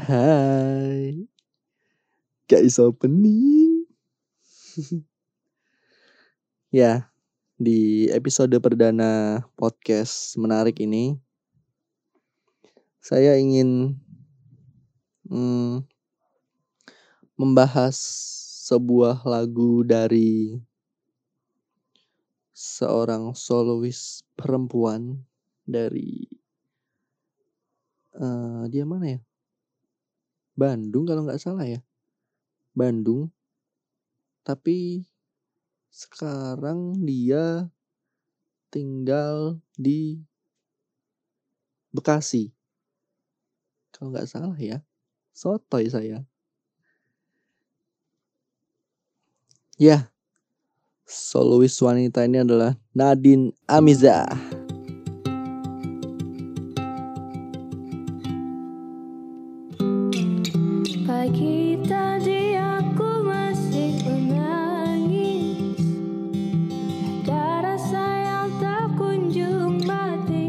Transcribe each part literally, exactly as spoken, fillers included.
Hai, guys opening. Ya, di episode perdana podcast menarik ini, saya ingin hmm, membahas sebuah lagu dari seorang solois perempuan dari uh, dia mana ya? Bandung kalau nggak salah ya. Bandung. Tapi sekarang dia tinggal di Bekasi. Kalau nggak salah ya. Sotoy saya. Ya, solois wanita ini adalah Nadine Amizah. Pagi tadi aku masih menangis, ada rasa yang tak kunjung mati.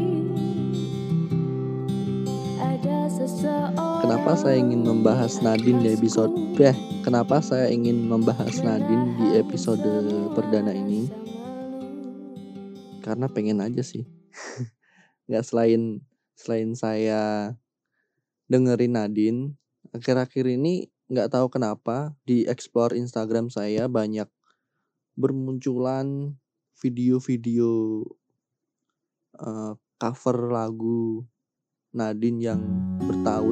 Ada seseorang. Kenapa saya ingin membahas Nadine di episode eh, Kenapa saya ingin membahas Nadine di episode perdana ini? Karena pengen aja sih. Nggak selain selain saya dengerin Nadine, akhir-akhir ini nggak tahu kenapa di explore Instagram saya banyak bermunculan video-video uh, cover lagu Nadine yang bertaut.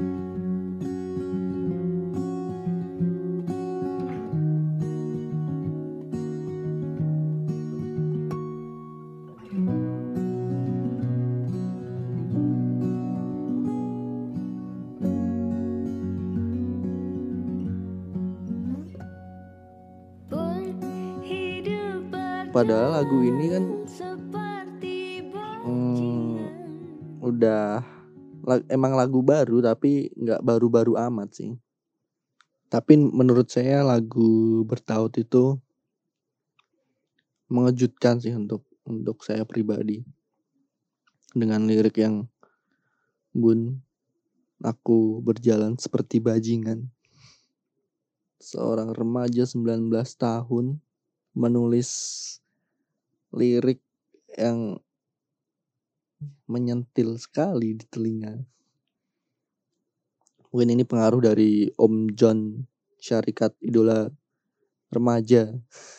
Padahal lagu ini kan hmm, udah emang lagu baru, tapi nggak baru-baru amat sih. Tapi menurut saya lagu Bertaut itu mengejutkan sih untuk untuk saya pribadi. Dengan lirik yang Bun, aku berjalan seperti bajingan. Seorang remaja sembilan belas tahun menulis lirik yang menyentil sekali di telinga. Mungkin ini pengaruh dari Om John, syarikat idola remaja.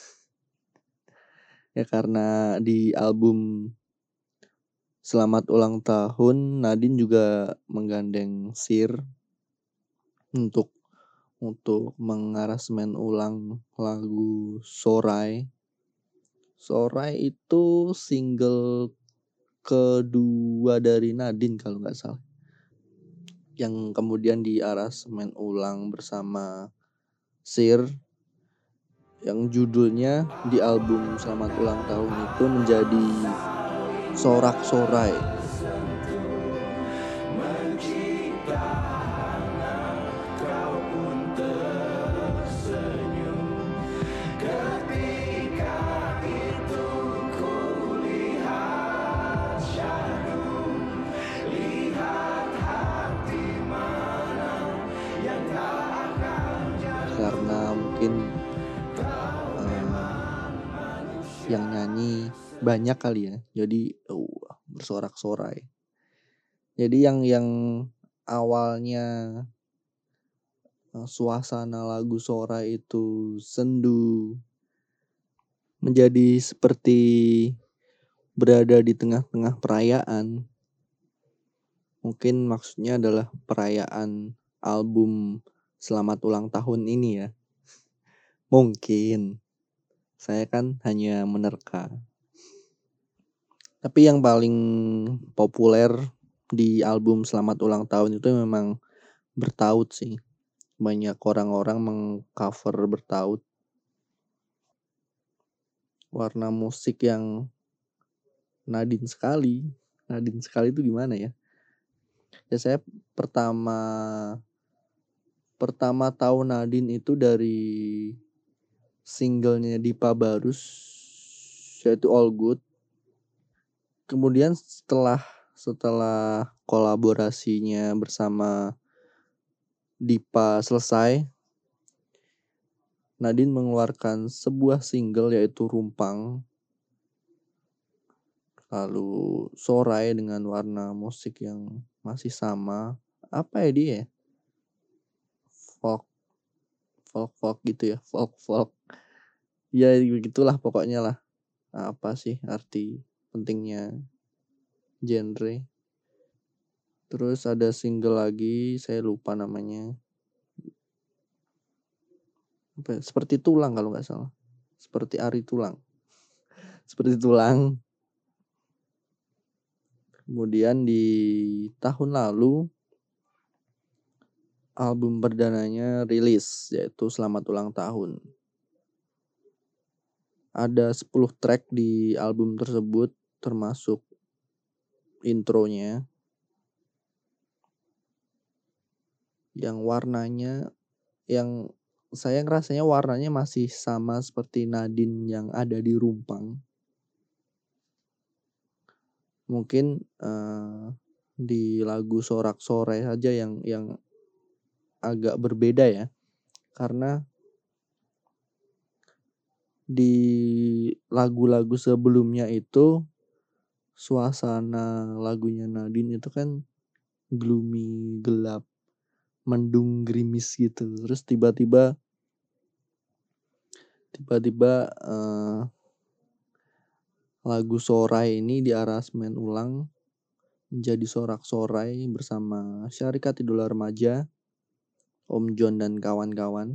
Ya karena di album Selamat Ulang Tahun, Nadine juga menggandeng Sir untuk untuk mengaransemen ulang lagu Sorai. Sorai itu single kedua dari Nadine kalau nggak salah, yang kemudian diaransemen ulang bersama Sir, yang judulnya di album Selamat Ulang Tahun itu menjadi Sorak Sorai. Karena mungkin uh, yang nyanyi banyak kali ya, jadi uh, bersorak-sorai. Jadi yang yang awalnya uh, suasana lagu Sorai itu sendu, menjadi seperti berada di tengah-tengah perayaan. Mungkin maksudnya adalah perayaan album Selamat Ulang Tahun ini ya. Mungkin. Saya kan hanya menerka. Tapi yang paling populer di album Selamat Ulang Tahun itu memang Bertaut sih. Banyak orang-orang mengcover Bertaut. Warna musik yang Nadine sekali. Nadine sekali itu gimana ya? Ya saya pertama pertama tahu Nadine itu dari singlenya Dipa Barus, yaitu All Good. Kemudian setelah setelah kolaborasinya bersama Dipa selesai, Nadine mengeluarkan sebuah single yaitu Rumpang. Lalu Sorai dengan warna musik yang masih sama. Apa ya dia? Folk, folk, folk gitu ya, folk, folk. Ya begitulah pokoknya lah. Apa sih arti pentingnya genre? Terus ada single lagi, saya lupa namanya. Apa? Seperti tulang kalau nggak salah. Seperti Ari Tulang. Seperti tulang. Kemudian di tahun lalu album perdananya rilis, yaitu Selamat Ulang Tahun. Ada sepuluh track di album tersebut, termasuk intronya. Yang warnanya, yang saya ngerasanya warnanya masih sama seperti Nadine yang ada di Rumpang. Mungkin uh, di lagu Sorak Sore saja yang yang agak berbeda ya, karena di lagu-lagu sebelumnya itu suasana lagunya Nadine itu kan gloomy, gelap, mendung, gerimis gitu. Terus tiba-tiba tiba-tiba uh, lagu Sorai ini diaransemen ulang menjadi Sorak Sorai bersama Syarikat Idola Remaja, Om John dan kawan-kawan.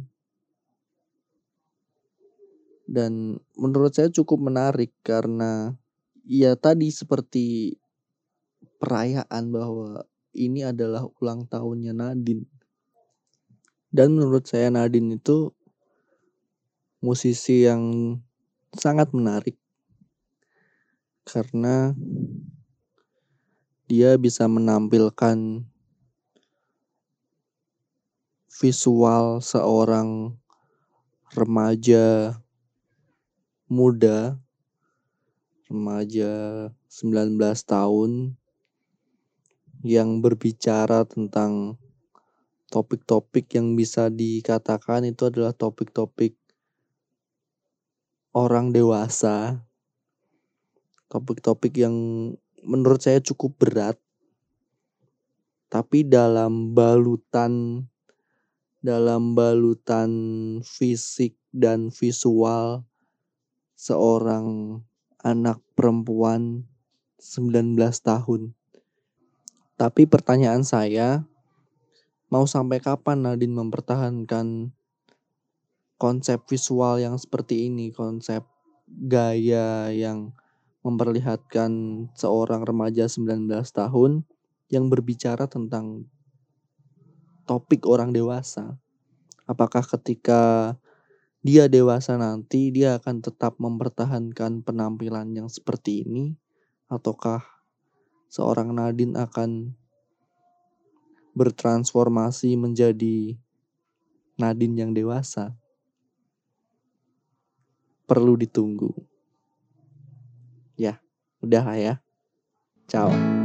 Dan menurut saya cukup menarik karena ya tadi seperti perayaan bahwa ini adalah ulang tahunnya Nadine. Dan menurut saya Nadine itu musisi yang sangat menarik karena dia bisa menampilkan visual seorang remaja muda, remaja sembilan belas tahun yang berbicara tentang topik-topik yang bisa dikatakan itu adalah topik-topik orang dewasa, topik-topik yang menurut saya cukup berat, tapi dalam balutan dalam balutan fisik dan visual seorang anak perempuan sembilan belas tahun. Tapi pertanyaan saya, mau sampai kapan Nadine mempertahankan konsep visual yang seperti ini, konsep gaya yang memperlihatkan seorang remaja sembilan belas tahun yang berbicara tentang topik orang dewasa? Apakah ketika dia dewasa nanti dia akan tetap mempertahankan penampilan yang seperti ini, ataukah seorang Nadine akan bertransformasi menjadi Nadine yang dewasa? Perlu ditunggu. Ya, udah lah ya. Ciao.